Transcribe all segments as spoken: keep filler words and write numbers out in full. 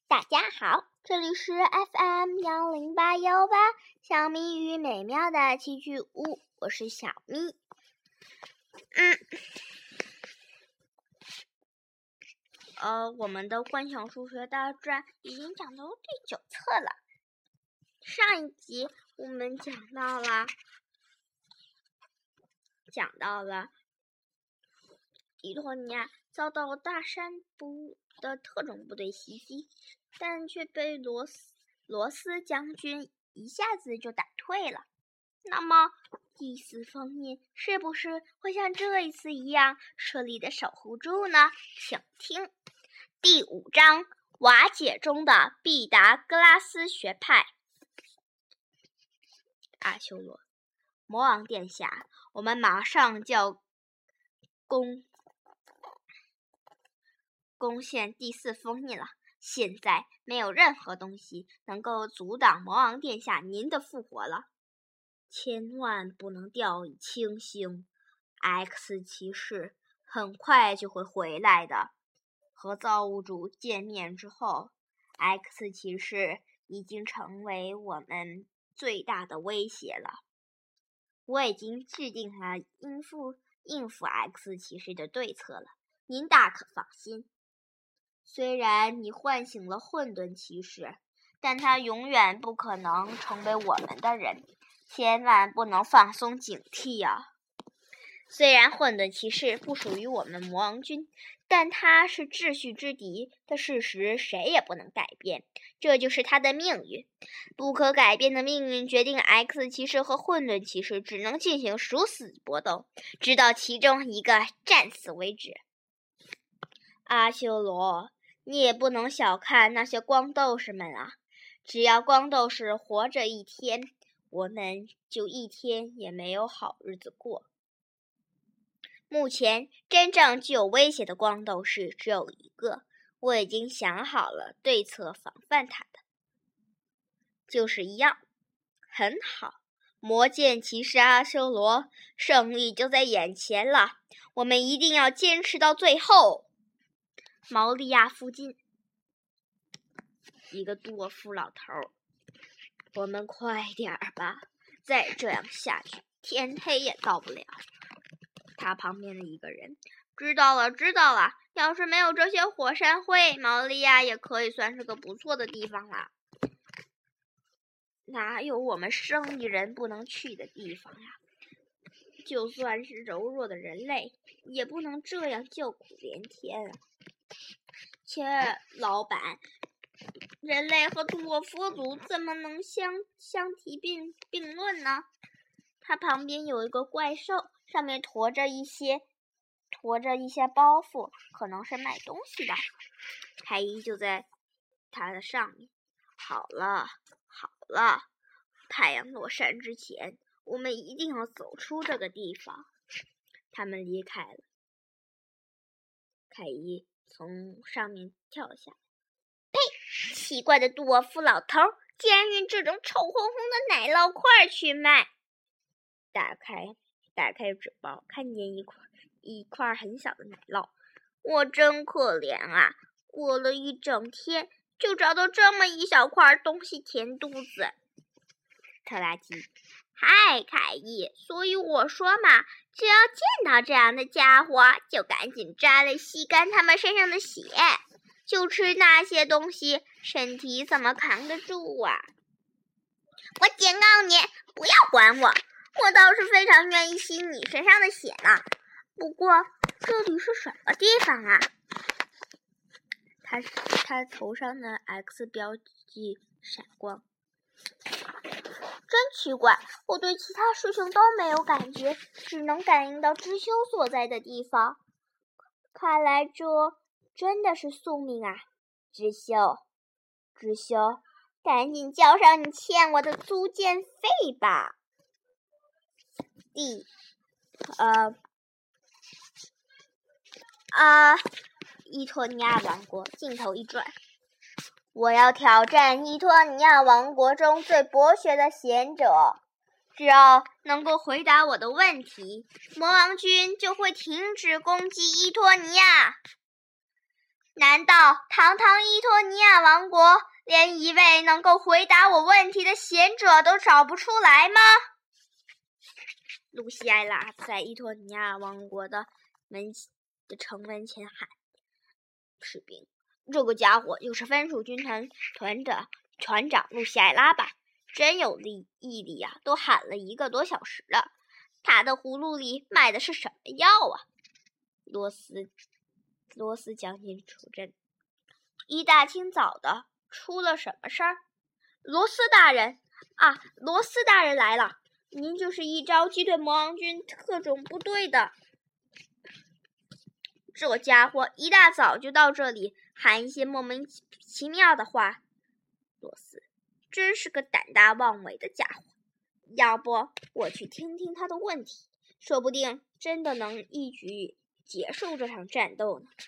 大家好，这里是 F M 幺零八幺八小咪与美妙的奇趣屋，我是小咪。嗯，呃，我们的幻想数学大战已经讲到第九册了。上一集我们讲到了，讲到了伊托尼亚遭到大山部的特种部队袭击，但却被罗斯罗斯将军一下子就打退了。那么第四封印是不是会像这一次一样顺利的守护住呢？请听第五章瓦解中的毕达哥拉斯学派。阿修罗，魔王殿下，我们马上就要攻攻陷第四封印了。现在没有任何东西能够阻挡魔王殿下您的复活了。千万不能掉以轻心 ，X 骑士很快就会回来的。和造物主见面之后 ，X 骑士已经成为我们最大的威胁了。我已经制定了应付应付 X 骑士的对策了，您大可放心。虽然你唤醒了混沌骑士，但他永远不可能成为我们的人，千万不能放松警惕呀、啊！虽然混沌骑士不属于我们魔王军，但他是秩序之敌的事实谁也不能改变，这就是他的命运。不可改变的命运决定 X 骑士和混沌骑士只能进行殊死搏斗，直到其中一个战死为止。阿修罗，你也不能小看那些光斗士们啊！只要光斗士活着一天，我们就一天也没有好日子过。目前真正具有威胁的光斗士只有一个，我已经想好了对策防范他的，就是一样。很好，魔剑骑士阿修罗，胜利就在眼前了，我们一定要坚持到最后。毛利亚附近，一个多夫老头，我们快点儿吧，再这样下去，天黑也到不了。他旁边的一个人，知道了，知道了。要是没有这些火山灰，毛利亚也可以算是个不错的地方啦。哪有我们生意人不能去的地方呀？就算是柔弱的人类，也不能这样叫苦连天啊！切，老板，人类和多佛族怎么能相相提并并论呢？他旁边有一个怪兽，上面驮着一些驮着一些包袱，可能是卖东西的。凯伊就在他的上面。好了，好了，太阳落山之前，我们一定要走出这个地方。他们离开了。凯伊从上面跳下来。呸！奇怪的多夫老头，竟然运这种臭烘烘的奶酪块去卖。打开打开纸包，看见一块一块很小的奶酪。我真可怜啊，过了一整天就找到这么一小块东西填肚子。特拉基，嗨，凯伊，所以我说嘛，只要见到这样的家伙，就赶紧摘了吸干他们身上的血，就吃那些东西，身体怎么扛得住啊？我警告你，不要管我。我倒是非常愿意吸你身上的血呢，不过这里是什么地方啊？他他头上的 X 标记闪光，真奇怪，我对其他事情都没有感觉，只能感应到知修所在的地方。看来这真的是宿命啊！知修，知修，赶紧交上你欠我的租借费吧。第，呃，啊，伊托尼亚王国镜头一转，我要挑战伊托尼亚王国中最博学的贤者，只要能够回答我的问题，魔王军就会停止攻击伊托尼亚。 难道堂堂伊托尼亚王国连一位能够回答我问题的贤者都找不出来吗？露西艾拉在伊托尼亚王国的门的城门前喊：“士兵，这个家伙就是分属军团团长团长露西艾拉吧？真有力毅力啊！都喊了一个多小时了，他的葫芦里卖的是什么药啊？”罗斯罗斯将军出阵，一大清早的，出了什么事儿？罗斯大人啊，罗斯大人来了！您就是一招击退魔王军特种部队的。这家伙一大早就到这里喊一些莫名其妙的话，罗斯真是个胆大妄为的家伙。要不我去听听他的问题，说不定真的能一举结束这场战斗呢。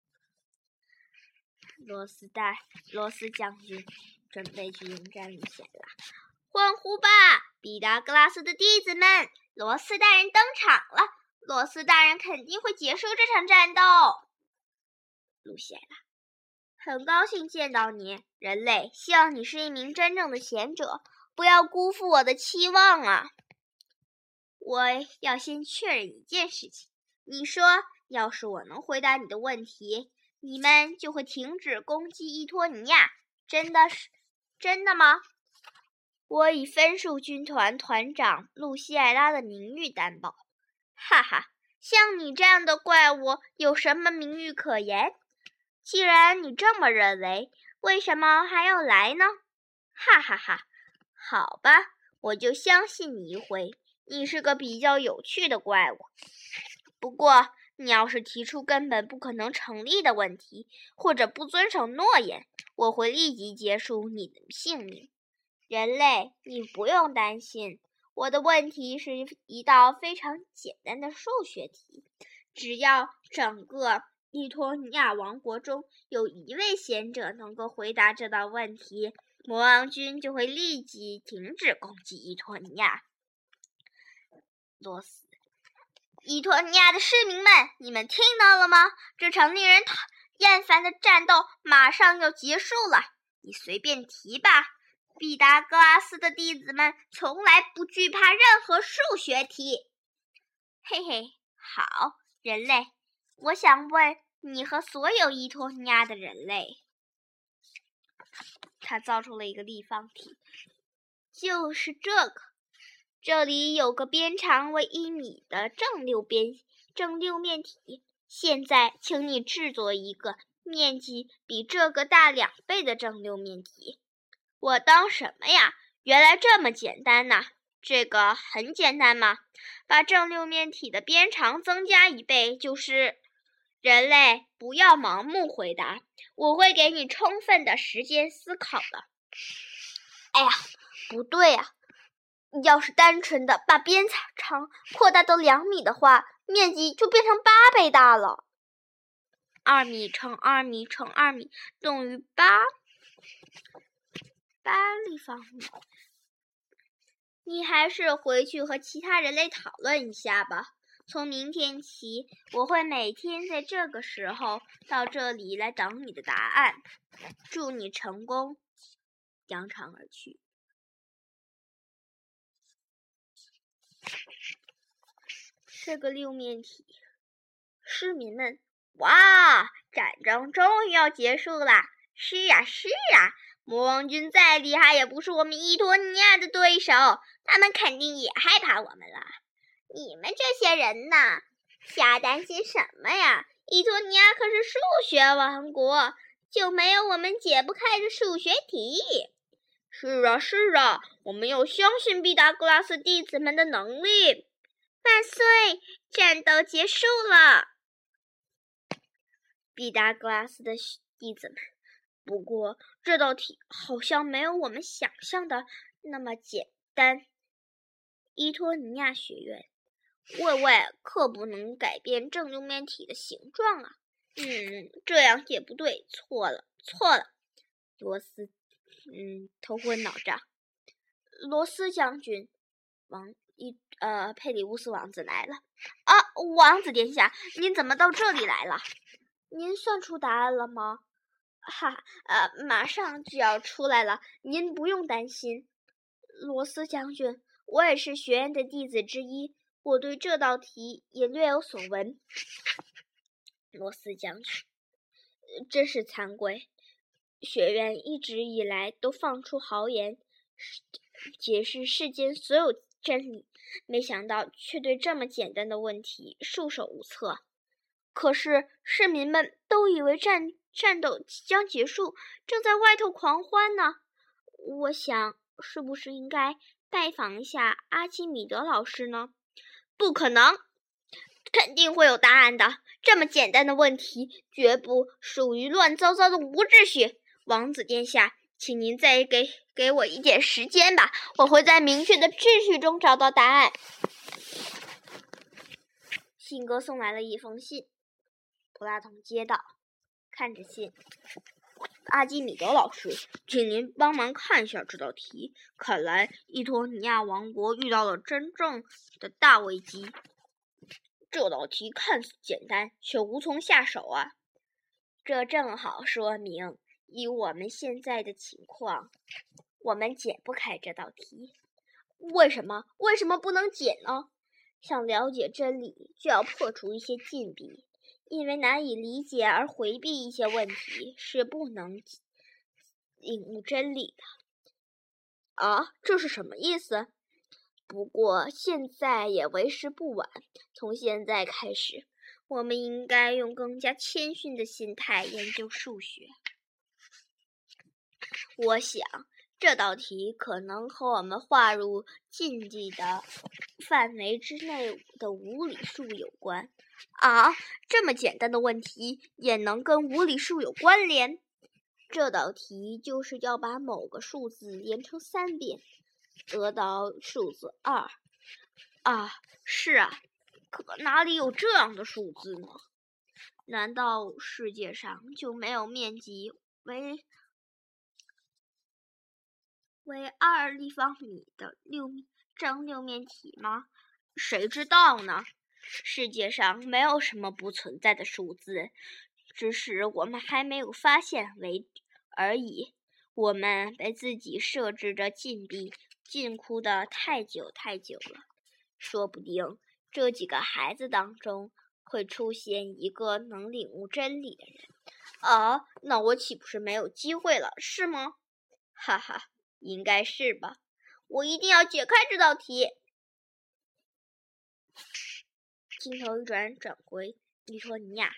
罗斯大罗斯将军准备去迎战露西艾拉，欢呼吧，毕达哥拉斯的弟子们！罗斯大人登场了，罗斯大人肯定会结束这场战斗。露西艾拉，很高兴见到你，人类，希望你是一名真正的贤者，不要辜负我的期望啊！我要先确认一件事情，你说，要是我能回答你的问题，你们就会停止攻击伊托尼亚，真的是真的吗？我以分属军团团长露西艾拉的名誉担保。哈哈，像你这样的怪物有什么名誉可言？既然你这么认为，为什么还要来呢？哈哈哈，好吧，我就相信你一回，你是个比较有趣的怪物。不过你要是提出根本不可能成立的问题，或者不遵守诺言，我会立即结束你的性命。人类，你不用担心，我的问题是一道非常简单的数学题，只要整个伊托尼亚王国中有一位贤者能够回答这道问题，魔王军就会立即停止攻击伊托尼亚。罗斯，伊托尼亚的市民们，你们听到了吗？这场令人厌烦的战斗马上要结束了，你随便提吧。毕达哥拉斯的弟子们从来不惧怕任何数学题。嘿嘿，好，人类，我想问你和所有伊托尼亚的人类。他造出了一个立方体，就是这个。这里有个边长为一米的正六边正六面体。现在，请你制作一个面积比这个大两倍的正六面体。我当什么呀？原来这么简单呐！这个很简单嘛，把正六面体的边长增加一倍就是。人类，不要盲目回答，我会给你充分的时间思考的。哎呀，不对呀！要是单纯的把边长扩大到两米的话，面积就变成八倍大了。二米乘二米乘二米等于八。八立方米，你还是回去和其他人类讨论一下吧。从明天起，我会每天在这个时候到这里来等你的答案。祝你成功！扬长而去。这个六面体，市民们，哇！战争终于要结束啦！是啊，是啊。魔王军再厉害，也不是我们伊托尼亚的对手，他们肯定也害怕我们了。你们这些人呐，瞎担心什么呀？伊托尼亚可是数学王国，就没有我们解不开的数学题。是啊，是啊，我们要相信毕达哥拉斯弟子们的能力。万岁！战斗结束了。毕达哥拉斯的弟子们。不过，这道题好像没有我们想象的那么简单。伊托尼亚学院，喂喂，可不能改变正六面体的形状啊！嗯，这样也不对，错了，错了。罗斯，嗯，头昏脑胀。罗斯将军，王一呃，佩里乌斯王子来了。啊，王子殿下，您怎么到这里来了？ 您算出答案了吗？哈，呃，马上就要出来了，您不用担心。罗斯将军，我也是学院的弟子之一，我对这道题也略有所闻。罗斯将军，真是惭愧，学院一直以来都放出豪言，解释世间所有真理，没想到却对这么简单的问题束手无策。可是市民们都以为战战斗即将结束，正在外头狂欢呢。我想，是不是应该拜访一下阿基米德老师呢？不可能，肯定会有答案的。这么简单的问题，绝不属于乱糟糟的无秩序。王子殿下，请您再给给我一点时间吧，我会在明确的秩序中找到答案。信鸽送来了一封信，普拉同接到，看着信。阿基米德老师，请您帮忙看一下这道题。看来伊托尼亚王国遇到了真正的大危机。这道题看似简单，却无从下手啊！这正好说明，以我们现在的情况，我们解不开这道题。为什么？为什么不能解呢？想了解真理，就要破除一些禁闭。因为难以理解而回避一些问题，是不能领悟真理的。啊，这是什么意思？不过现在也为时不晚，从现在开始，我们应该用更加谦逊的心态研究数学。我想，这道题可能和我们划入禁忌的范围之内的无理数有关。啊，这么简单的问题也能跟无理数有关联？这道题就是要把某个数字连成三遍，得到数字二。啊，是啊，可哪里有这样的数字呢？难道世界上就没有面积为为二立方米的六正六面体吗？谁知道呢？世界上没有什么不存在的数字，只是我们还没有发现为而已。我们被自己设置着禁闭禁锢的太久太久了。说不定这几个孩子当中会出现一个能领悟真理的人。啊，那我岂不是没有机会了，是吗？哈哈，应该是吧。我一定要解开这道题。镜头一转，转回伊托尼亚。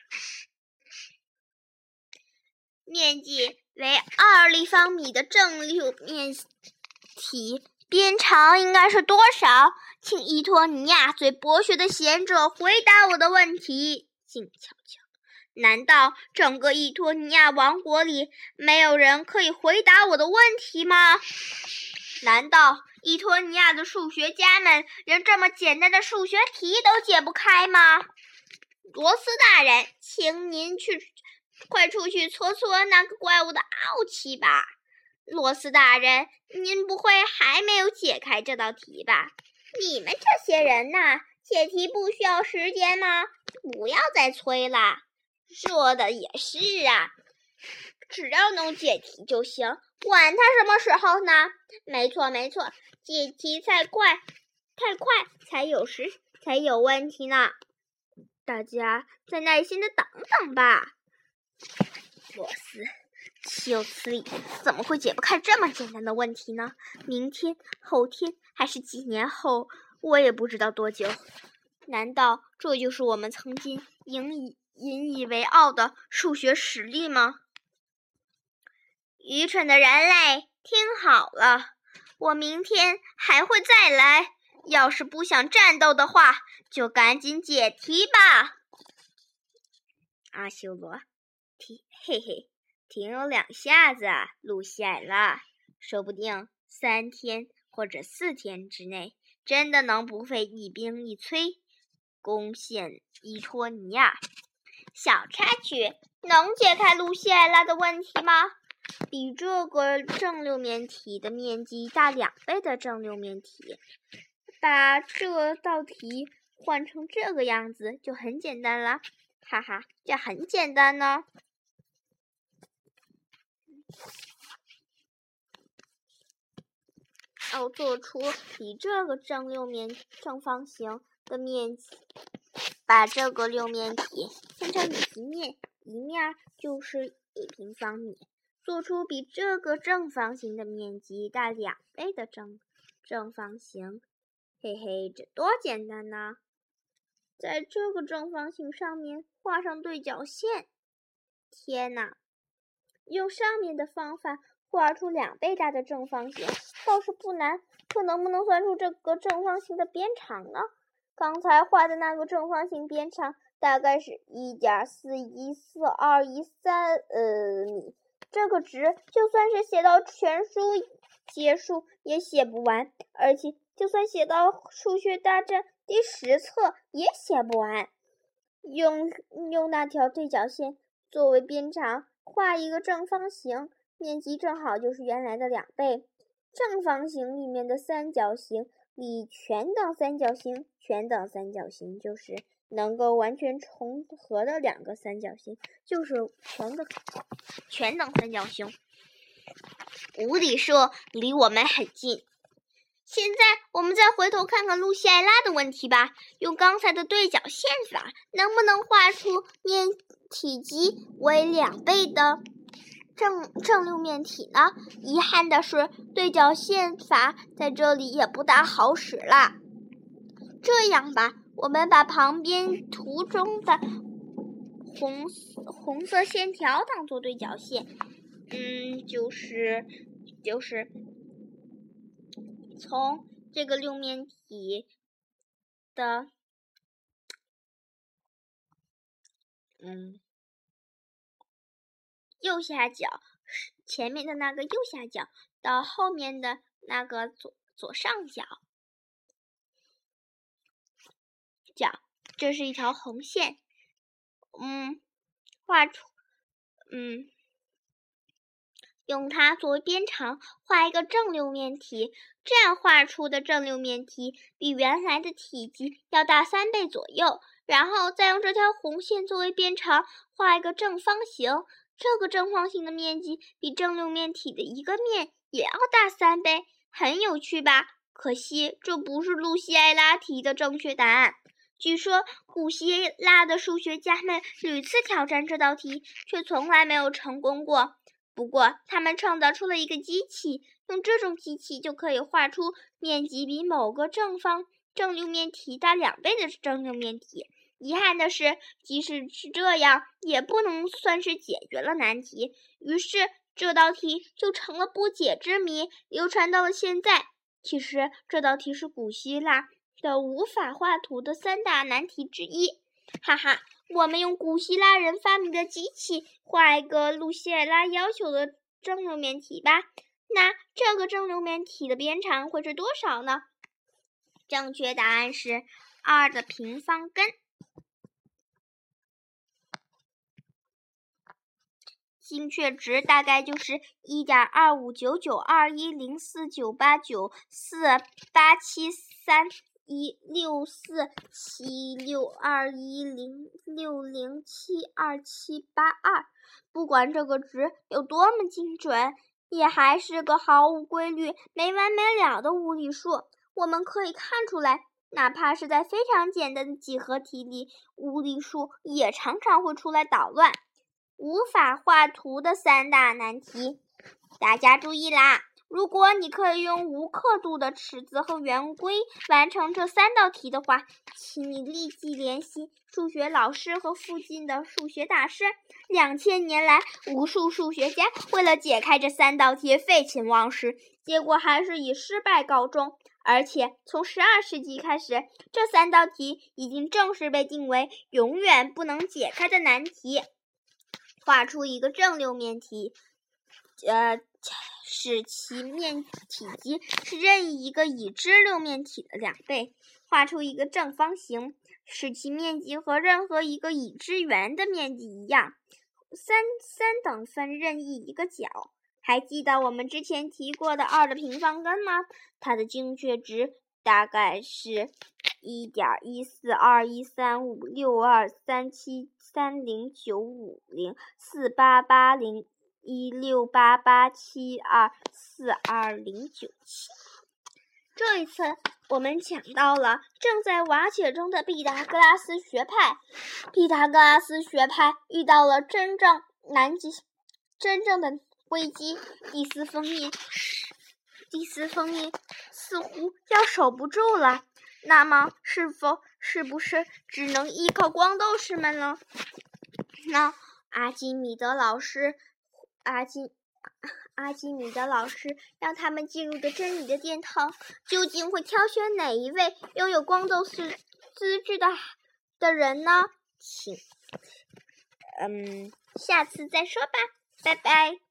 面积为二立方米的正六面体，边长应该是多少？请伊托尼亚最博学的贤者回答我的问题。静悄悄，难道整个伊托尼亚王国里没有人可以回答我的问题吗？难道伊托尼亚的数学家们连这么简单的数学题都解不开吗？罗斯大人，请您去快出去搓搓那个怪物的傲气吧。罗斯大人，您不会还没有解开这道题吧？你们这些人呐，解题不需要时间吗？不要再催了。说的也是啊，只要能解题就行，管他什么时候呢？没错没错，解题太快太快才有时才有问题呢。大家再耐心的等等吧。罗斯，岂有此理，怎么会解不开这么简单的问题呢？明天、后天还是几年后，我也不知道多久。难道这就是我们曾经引以引以为傲的数学实力吗？愚蠢的人类，听好了，我明天还会再来。要是不想战斗的话，就赶紧解题吧。阿修罗，题嘿嘿，停有两下子啊，露馅了。说不定三天或者四天之内，真的能不费一兵一催攻陷伊托尼亚。小插曲，能解开露馅了的问题吗？比这个正六面体的面积大两倍的正六面体，把这道题换成这个样子就很简单了。 哈哈，这很简单呢。要做出比这个正六面正方形的面积，把这个六面体分成一面，一面就是一平方米，做出比这个正方形的面积大两倍的正正方形。嘿嘿，这多简单呢！在这个正方形上面画上对角线。天哪，用上面的方法画出两倍大的正方形倒是不难，可能不能算出这个正方形的边长呢？刚才画的那个正方形边长大概是 一点四一四二一三 呃米，这个值就算是写到全书结束也写不完，而且就算写到数学大战第十册也写不完。用用那条对角线作为边长，画一个正方形，面积正好就是原来的两倍。正方形里面的三角形里全等三角形，全等三角形就是能够完全重合的两个三角形，就是全等全等三角形。无理数离我们很近。现在我们再回头看看露西艾拉的问题吧。用刚才的对角线法，能不能画出面体积为两倍的正正六面体呢？遗憾的是，对角线法在这里也不大好使啦。这样吧，我们把旁边图中的红红色线条当做对角线，嗯，就是就是从这个六面体的嗯右下角，前面的那个右下角到后面的那个左左上角角，这是一条红线。嗯，画出嗯。用它作为边长画一个正六面体，这样画出的正六面体比原来的体积要大三倍左右。然后再用这条红线作为边长画一个正方形，这个正方形的面积比正六面体的一个面也要大三倍，很有趣吧？可惜这不是露西艾拉题的正确答案。据说古希腊的数学家们屡次挑战这道题，却从来没有成功过。不过，他们创造出了一个机器，用这种机器就可以画出面积比某个正方正六面体大两倍的正六面体。遗憾的是，即使是这样，也不能算是解决了难题。于是，这道题就成了不解之谜，流传到了现在。其实，这道题是古希腊的无法画图的三大难题之一。哈哈。我们用古希腊人发明的机器画一个露西艾拉要求的正六面体吧。那这个正六面体的边长会是多少呢？正确答案是二的平方根。精确值大概就是 一点二五九九二一零四九八九四八七三一六四七六二一零六零七二七八二，不管这个值有多么精准，也还是个毫无规律、没完没了的无理数。我们可以看出来，哪怕是在非常简单的几何题里，无理数也常常会出来捣乱。无法画图的三大难题，大家注意啦！如果你可以用无刻度的尺子和圆规完成这三道题的话，请你立即联系数学老师和附近的数学大师。两千年来，无数数学家为了解开这三道题废寝忘食，结果还是以失败告终。而且从十二世纪开始，这三道题已经正式被定为永远不能解开的难题。画出一个正六面体，呃，使其面体积是任意一个已知六面体的两倍。画出一个正方形，使其面积和任何一个已知圆的面积一样。三三等分任意一个角。还记得我们之前提过的二的平方根吗？它的精确值大概是一点一四二一三五六二三七三零九五零四八八零一六八八七二四二零九七。这一次我们讲到了正在瓦解中的毕达哥拉斯学派。毕达哥拉斯学派遇到了真正难题，真正的危机。第四封印，第四封印似乎要守不住了。那么，是否是不是只能依靠光斗士们呢？那阿基米德老师，阿基。阿基米德老师让他们进入的真理的殿堂，究竟会挑选哪一位拥有光斗士资质的的人呢？请，嗯，下次再说吧，拜拜。